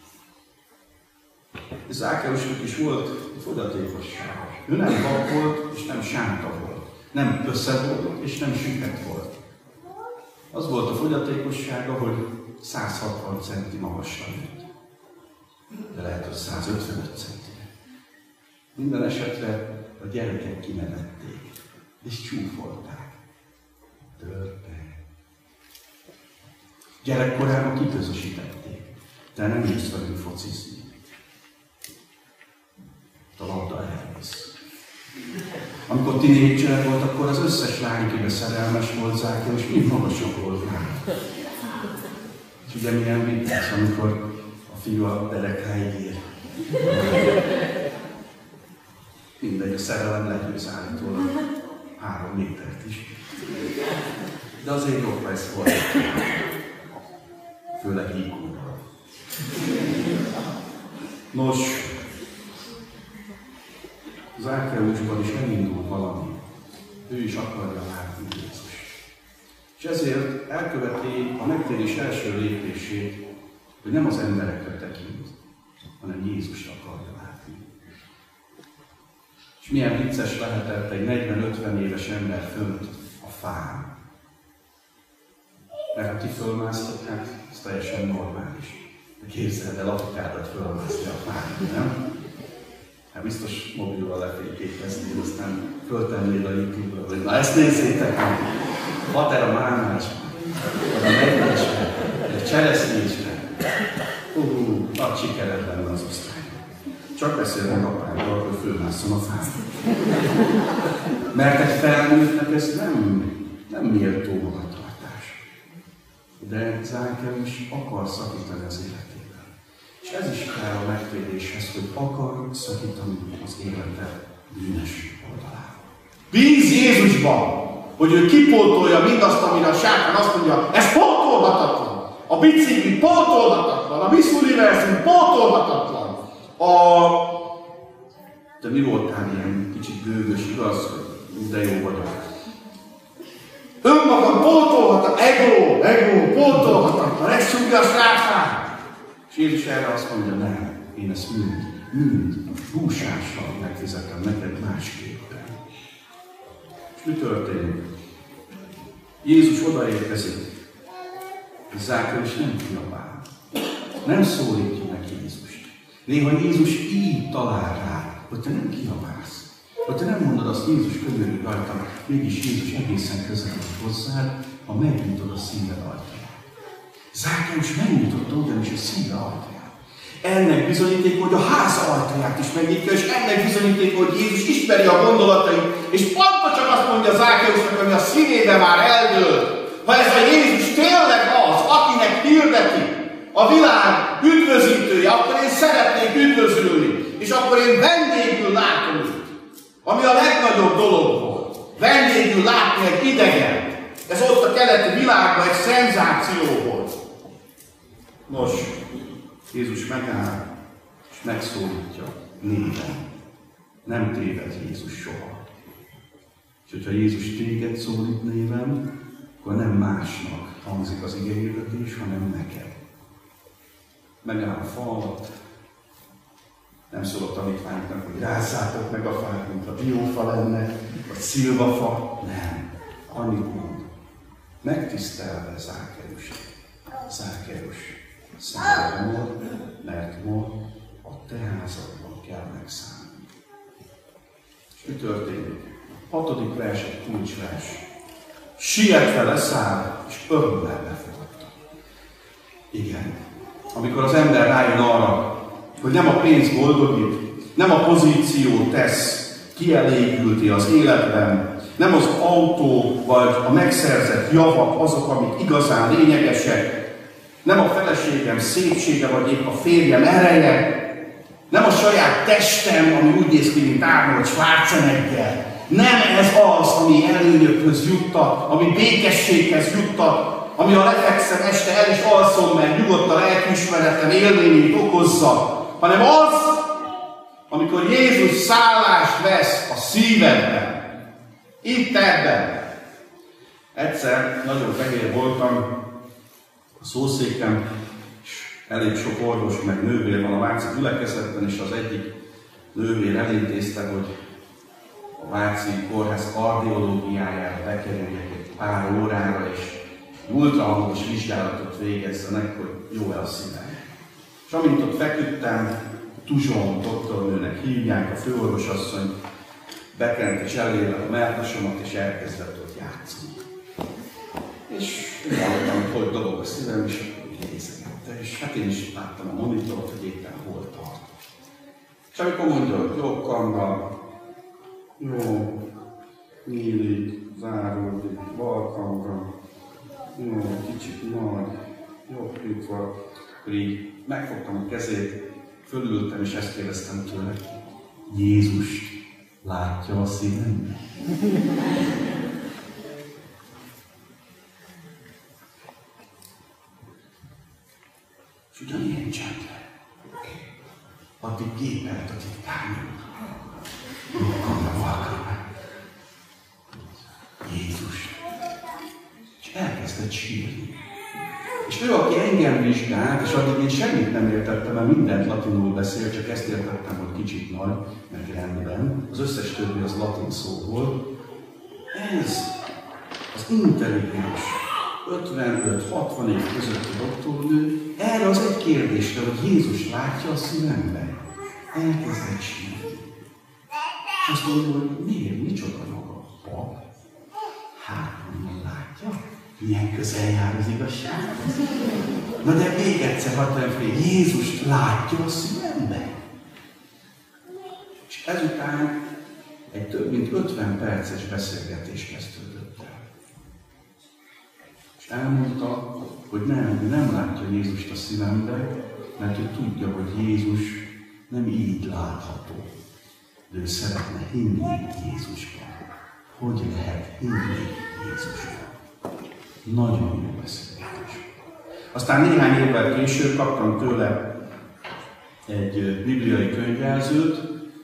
S2: Zákeusnak is volt fogyatékossága. Ő nem vak volt, és nem sánta volt. Nem összeboldog, és nem süket volt. Az volt a fogyatékossága, hogy száz hatvan centi magasra nőtt. De lehet, hogy száz ötvenöt centi. Minden esetre a gyerekek kinevették, és csúfolták. Törpe. Gyerekkorában kiközösítették. Te nem jössz velünk focizni. A labda elvisz. Amikor tinédzser volt, akkor az összes lány, akibe szerelmes volt Zákeus, és mind magasok volt már. És ugye milyen vicces, amikor a fiú a derekáig ér. Mindegy, a szerelem legyőz állítólag három métert is. De azért jobb lesz volt. Főleg ígóra. Nos, Zákeusban is elindul valami. Ő is akarja látni Jézus. És ezért elköveti a megtérés első lépését, hogy nem az emberekre tekint, hanem Jézust akarja látni. És milyen vicces lehetett egy negyven-ötven éves ember fönt a fán. Mert ha ti fölmásztok, hát ez teljesen normális. De képzeld el atikádat fölmászni a fán, nem? Hát biztos mobilra lefényképeznél, aztán föltennél a YouTube-ra, hogy na ezt nézzétek meg! Pater a málmásban, vagy a megvésben, egy cseresznyésben. Uhú, nagy sikered lenne az osztályban. Csak beszélnek apámról, hogy fölmásszon a fán. Mert egy felnőttnek ez nem, nem méltó magatartás. De Zákeus akar szakítani az életében. És ez is kell a megtéréshez, hogy akar szakítani az élete bűnös oldalára. Bíz Jézusban, hogy ő kipótolja mindazt, amire a sátán azt mondja, ez pótolhatatlan. A bicikli pótolhatatlan, a Miss Univerzum pótolhatatlan. A... Te mi voltál ilyen kicsit gőgös, igaz? De jó vagyok. Önmagam pótolhatatlan, ego, ego, pótolhatatlan, ez csúgja a sátán. És Jézus erre azt mondja, nem, én ezt mind, mind búsással megfizetem neked másképpen. És mi történik? Jézus odaérkezik, és Zákeus nem kiabál. nem szólítja meg Jézust. Néha Jézus így talál rá, hogy te nem kiabálsz. Hogy te nem mondod azt, Jézus könyörű rajtam, mégis Jézus egészen közel van hozzád, ha megnyitod a szíved ajtaját. Zákeus megnyitotta ugyanis a szíve ajtaját. Ennek bizonyíték, hogy a háza ajtaját is megnyitja, és ennek bizonyíték, hogy Jézus ismeri a gondolatait, és pont csak azt mondja Zákeusnak, ami a szívébe már eldőlt. Ha ez a Jézus tényleg az, akinek hirdeti a világ üdvözítője, akkor én szeretnék üdvözülni, és akkor én vendégül látom őt. Ami a legnagyobb dolog volt. Vendégül látni egy idegen. Ez ott a keleti világban egy szenzáció volt. Nos, Jézus megáll, és megszólítja néven. Nem téved Jézus soha. És hogyha Jézus téged szólít néven, akkor nem másnak hangzik az igehirdetés, hanem neked. Megáll a fa alatt, nem szól a tanítványoknak, hogy rázzátok meg a fát, mint a diófa lenne, vagy szilvafa. Nem. Annyit mond. Megtisztelve Zákeus. Zákeus. Szállj, mert ma a te házadban kell megszállni. És mi történik? Hatodik vers egy kulcsvers. Sietve leszáll, és örömmel befogadta. Igen. Amikor az ember rájön arra, hogy nem a pénz boldogít, nem a pozíció tesz kielégülti az életben, nem az autó vagy a megszerzett javak azok, amik igazán lényegesek, nem a feleségem szépsége, vagy épp a férjem ereje, nem a saját testem, ami úgy néz ki, mint Arnold Schwarzenegger. Nem ez az, ami előnyökhöz juttat, ami békességhez juttat, ami a lefekszem este el is alszom, mert nyugodt a lelkiismeretem élményét okozza, hanem az, amikor Jézus szállást vesz a szívedben. Itt ebben. Egyszer nagyon fehér voltam a szószéken, és elég sok orvos meg nővér van a Váci gyülekezetben, és az egyik nővér elintézte, hogy a Váci kórház kardiológiájára bekerüljek egy pár órára, és ultrahangos vizsgálatot végezzenek, hogy jó-e a szívem. És amint ott feküdtem, Tuzson doktornőnek hívják, a főorvosasszony bekent és elérte a mellkasomat, és elkezdett ott játszani. És én hallottam, hogy hogy dobog a szívem, és nézegette, és hát én is láttam a monitort, hogy éppen hol tart. És amikor mondja, hogy jobb kamra, jó, nyílik, záródik, bal kamra, jó, kicsit nagy, jobb nyitva, akkor így megfogtam a kezét, fölültem, és ezt kérdeztem tőle. Jézust látja a szívemben? És ugyanilyen csendben. Addig gépelt a titkárnőm. Kamra, valkamra. Jézus. És elkezdett sírni. És ő, aki engem vizsgált, és addig én semmit nem értettem, mert mindent latinul beszél, csak ezt értettem, hogy kicsit nagy, meg rendben. Az összes többi az latin szó volt. Ez az intelligens, ötvenöt-hatvan év közötti doktornő erre az egy kérdésre, hogy Jézus látja a szívemben. Elkezdett sírni. És azt mondja, hogy miért, micsoda maga? Pap? Hát, honnan látja? Milyen közel jár az igazsághoz. Na de még egyszer hadd mondjam, hogy Jézust látja a szívemben. És ezután egy több mint ötven perces beszélgetés kezdődött el. És elmondta, hogy nem, nem látja Jézust a szívemben, mert ő tudja, hogy Jézus nem így látható. De ő szeretne hinni Jézusban. Hogy lehet hinni Jézusban? Nagyon jó beszélgetés. Aztán néhány évvel később kaptam tőle egy bibliai könyvjelzőt,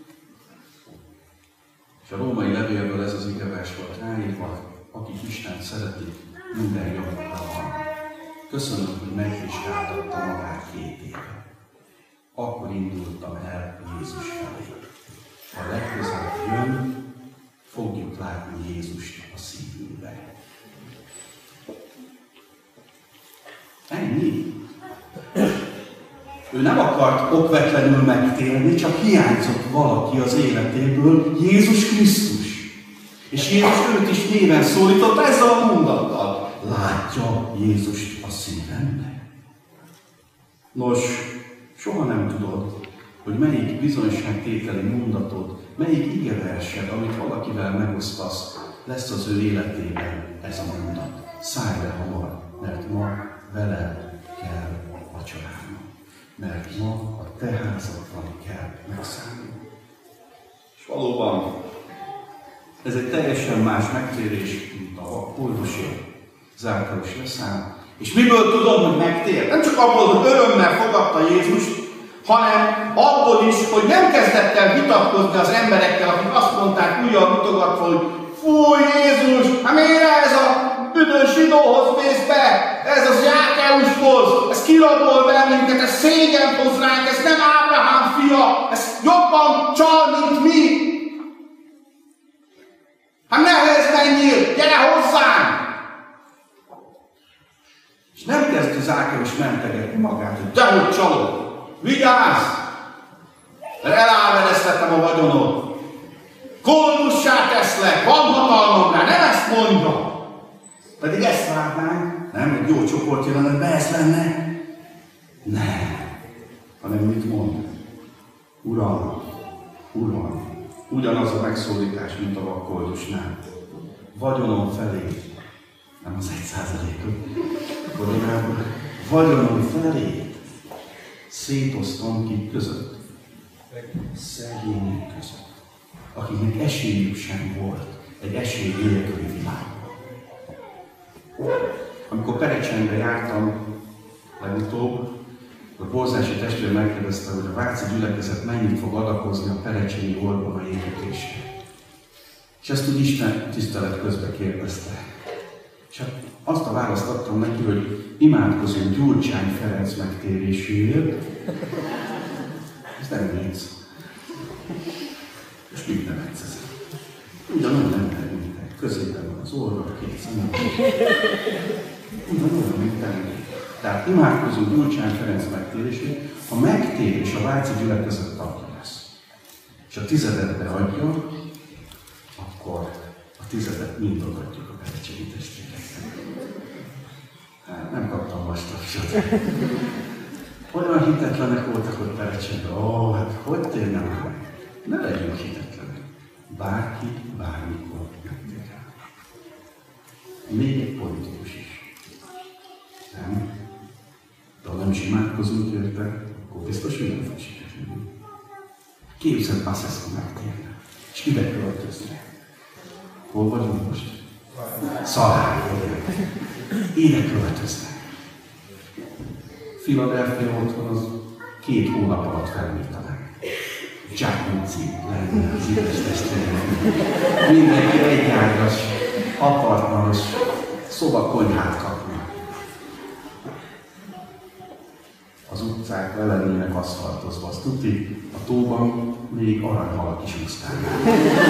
S2: és a római levélből ez az igevers volt ráírva, akik Istent szeretik, minden jobbra van. Köszönöm, hogy megvizsgáltatta magát két éve. Akkor indultam el Jézus felé. Ha legközelebb jön, fogjuk látni Jézust a szívünkben. Ennyi. Ő nem akart okvetlenül megtérni, csak hiányzott valaki az életéből, Jézus Krisztus. És Jézus őt is néven szólított ezzel a mondattal. Látja Jézust a szívemben? Nos, soha nem tudod, hogy melyik bizonyságtételi mondatod, melyik igeversed, amit valakivel megosztasz, lesz az ő életében ez a mondat. Szállj le hamar, mert ma vele kell vacsorálni. Mert ma a te házadban kell megszállni. És valóban, ez egy teljesen más megtérés, mint a Koldusé, Zákeus leszáll. És miből tudom, hogy megtér? Nem csak abból, hogy örömmel fogadta Jézust, hanem abból is, hogy nem kezdett el vitatkozni az emberekkel, akik azt mondták újjal mutogatva, hogy fúj Jézus, hát miért ez a büdös zsidóhoz mész be? Ez az Zákeushoz, ez kirabol bennünket, ez szégyen hoz ránk, ez nem Ábrahám fia, ez jobban csal, mint mi. Hát nehez menjél, gyere hozzánk! És nem kezd Zákeus mentegetni magát, hogy dehogy csalod, vigyázz! Mert elárvereztettem a vagyonod. Koldussá teszlek, van hatalmam rá, nem ezt mondja. Pedig ezt várnánk, nem egy jó csoport jelenetben ez lenne. Nem, hanem mit mond? Uram, Uram, ugyanaz a megszólítás, mint a vakkoldusnál. Vagyonom felé, nem az egy százalékot, koronában, vagyonom felé szétosztom ki között, szegények között, akiknek esélyük sem volt egy esély nélküli világban. Amikor Perecsenbe jártam legutóbb, a borzási testvér megkérdezte, hogy a váci gyülekezet mennyit fog adakozni a perecsényi orgona építésre. És ezt úgy Isten tisztelet közben kérdezte. És azt a választ adtam neki, hogy imádkozunk Gyurcsány Ferenc megtéréséért. Ez nem vicc. És mit nevetsz ezen? Ugyanolyan ember, mint te. Középen van az orra, két szemem. Ugyanolyan, mint te. Tehát imádkozunk Gyurcsány Ferenc megtérését, ha megtér és a váci gyülekezet tagja lesz, és a tizedetbe adja, akkor a tizedet mind odaadjuk a perecsényi testvéreknek. Hát nem kaptam vastagságot. Olyan hitetlenek voltak, hogy Perecsenben, ó, hát hogy térnem meg? Ne legyünk hitetlenek. Bárki, bármikor megtér. Még egy politikus is. Nem? De ha nem is imádkozunk érte, akkor biztos, hogy nem fog sikerülni. Képzeld, Baszeszko megtérne. És ide költözne. Hol vagyunk most? Szalárban. Ide költözne. Philadelphia otthon az két hónap alatt felmértenek. Jacuzzi lenne az édes testvérem. Mindenki egy ágas, apartmanos szobakonyhát kapna. Az utcák le lennének aszfaltozva, azt tuti, a tóban még aranyhalak is úszkálnak.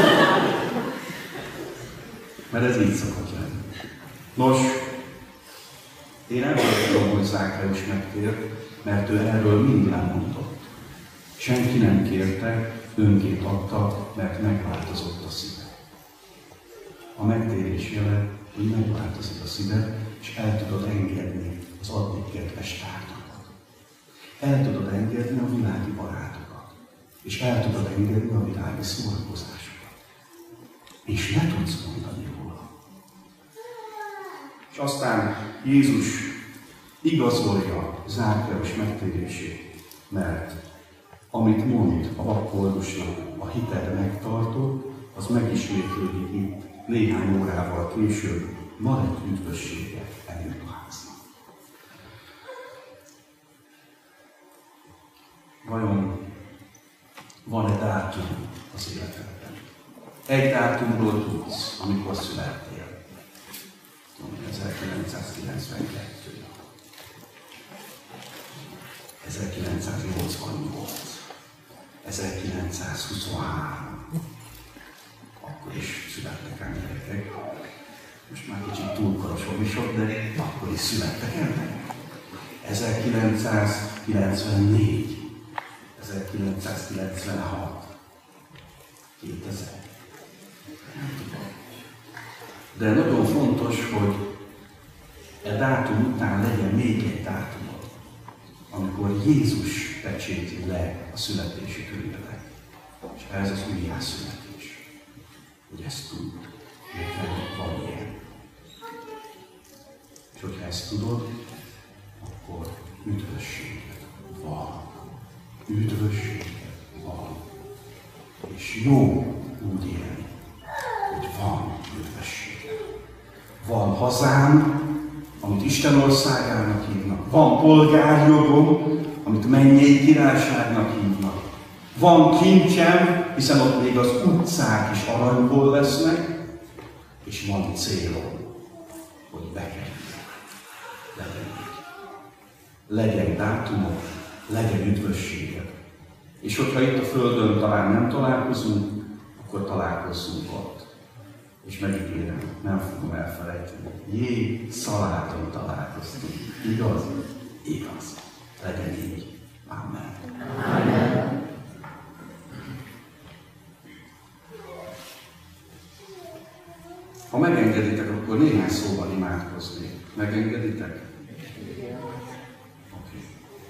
S2: Mert ez így szokott lenni. Nos, én ebből tudom, hogy Zákeus megtért, mert ő erről mind lemondott. Senki nem kérte, önként adta, mert megváltozott a szíve. A megtérés jele, hogy megváltozik a szíve, és el tudod engedni az addig kedves tárgyakat. El tudod engedni a világi barátokat. És el tudod engedni a világi szórakozásokat. És le tudsz mondani róla. És aztán Jézus igazolja Zákeus megtérését, mert amit mond a vakkoldusnak, a hited megtartó, az megismétlődik itt néhány órával később, ma lett üdvössége előtt a háznak. Vajon van-e dátum az életedben? Egy dátumról tudsz, amikor születtél. ezerkilencszázkilencvenkettő. ezerkilencszáznyolcvannyolc. ezerkilencszázhuszonhárom. Akkor is születtek emberek. Most már kicsit túlkoros is, de akkor is születtek emberek. ezerkilencszázkilencvennégy, ezerkilencszázkilencvenhat, kétezer. De nagyon fontos, hogy e dátum után legyen még egy dátum, amikor Jézus pecséti le a születési könyvedet. És ez az újjászületés. Hogy ezt tud, neked van ilyen. És hogyha ezt tudod, akkor üdvösséged van. Üdvösséged van. És jó úgy élni, hogy van üdvösséged. Van hazám, amit Isten országának hívnak. Van polgárjogom, amit mennyei királyságnak hívnak. Van kincsem, hiszen ott még az utcák is aranyból lesznek, és van célom, hogy bekerüljek. Legyen így. Legyen dátumok, legyen üdvösséged. És hogyha itt a Földön talán nem találkozunk, akkor találkozzunk ott. És megígérem, nem fogom elfelejteni. Jé, Szaláton találkoztunk. Igaz? Igaz. Legyen így. Amen. Amen. Ha megengeditek, akkor néhány szóval imádkozni. Megengeditek? Oké.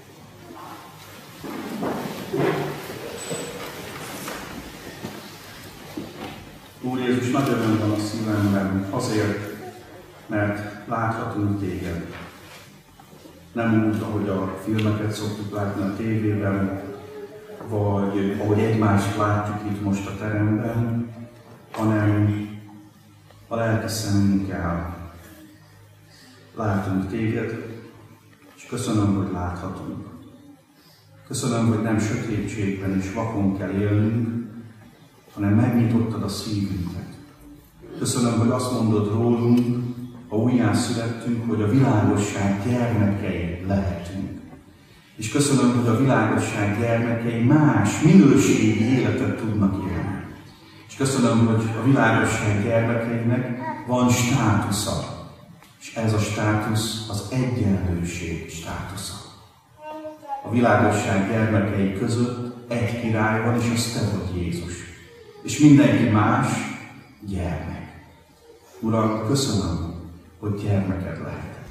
S2: Úr Jézus, nagy öröm van a szívemben, azért, mert láthatunk téged. Nem úgy, ahogy a filmeket szoktuk látni a tévében, vagy ahogy egymást látjuk itt most a teremben, hanem a lelki szemünkkel látunk téged, és köszönöm, hogy láthatunk. Köszönöm, hogy nem sötétségben és vakon kell élnünk, hanem megnyitottad a szívünket. Köszönöm, hogy azt mondod rólunk, ha újjászülettünk, hogy a világosság gyermekei lehetünk. És köszönöm, hogy a világosság gyermekei más minőségi életet tudnak élni. És köszönöm, hogy a világosság gyermekeinek van státusza. És ez a státusz az egyenlőség státusza. A világosság gyermekei között egy király van, és az te vagy Jézus. És mindenki más gyermek. Uram, köszönöm, hogy gyermeked lehetek.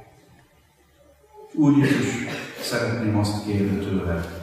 S2: Úr Jézus, szeretném azt kérni tőled,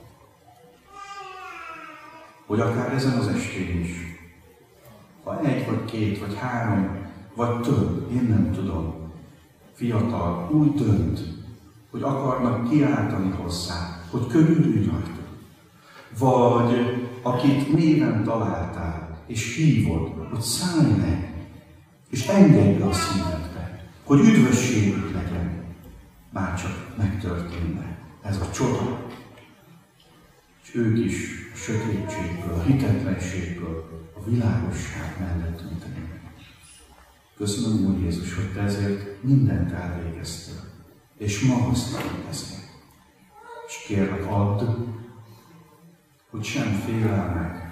S2: hogy akár ezen az estén is, ha egy, vagy két, vagy három, vagy több, én nem tudom, fiatal úgy dönt, hogy akarnak kiáltani hozzá, hogy körülülj rajta. Vagy akit néven találtál, és hívod, hogy szállj meg, és engedj be a szívedbe, hogy üdvösségük legyen, bárcsak megtörténne ez a csoda. És ők is a sötétségből, a hitetlenségből, a világosság mellett tűntenek. Köszönöm, Úr Jézus, hogy te ezért mindent elvégeztél, és magasztalod ezért. És kérlek, add, hogy sem félelmek,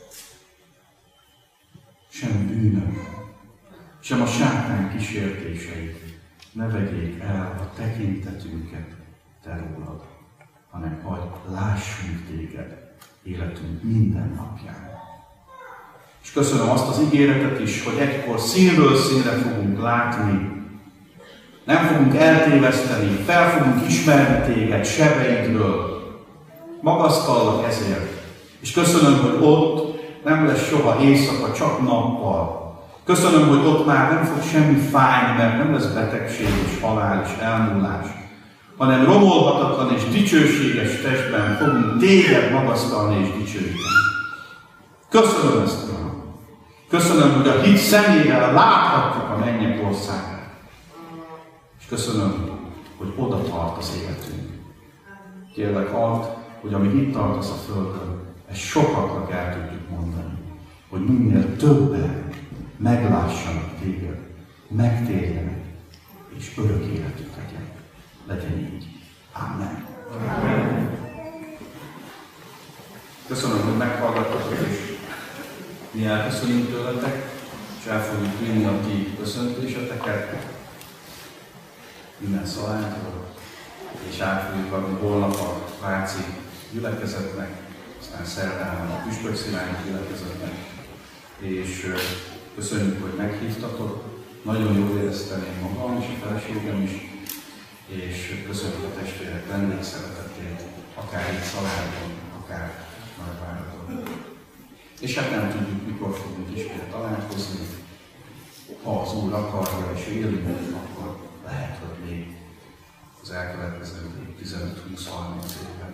S2: sem bűnök, sem a sátán kísértései ne vegyék el a tekintetünket te rólad, hanem hagyd lássunk téged életünk minden napján. És köszönöm azt az ígéretet is, hogy egykor színről színre fogunk látni, nem fogunk eltéveszteni, fel fogunk ismerni téged sebeidről. Magasztallak ezért, és köszönöm, hogy ott nem lesz soha éjszaka, csak nappal. Köszönöm, hogy ott már nem fog semmi fájni, mert nem lesz betegség és halál és elmúlás, hanem romolhatatlan és dicsőséges testben fogunk téged magasztalni és dicsőíteni. Köszönöm ezt, Uram! Köszönöm, hogy a hit szemével láthatjuk a mennyek országát. És köszönöm, hogy oda tart az életünk. Kérlek, add, hogy amit itt tartasz a Földön, ezt sokaknak el tudjuk mondani, hogy minél többen meglássanak téged, megtérjenek, és örök életük legyen. Legyen így. Amen. Amen. Köszönöm, hogy meghallgattatok, és mi elköszönünk tőletek, és el fogjuk vinni a ti köszöntéseteket. Innen Szalátról.
S1: és át fogjuk adni holnap a Váci gyülekezetnek, aztán szerdán a püspökszilányi gyülekezetnek, és köszönjük, hogy meghívtatok. Nagyon jól éreztem én magam és a feleségem is, és köszönjük a testvérek vendégszeretetét, akár itt Szaládon, akár Nagyváradon. És hát nem tudjuk, mikor fogunk ismét találkozni. Ha az Úr akarja és élünk, akkor lehet, hogy még az elkövetkező tizenöt-húsz-harminc évben.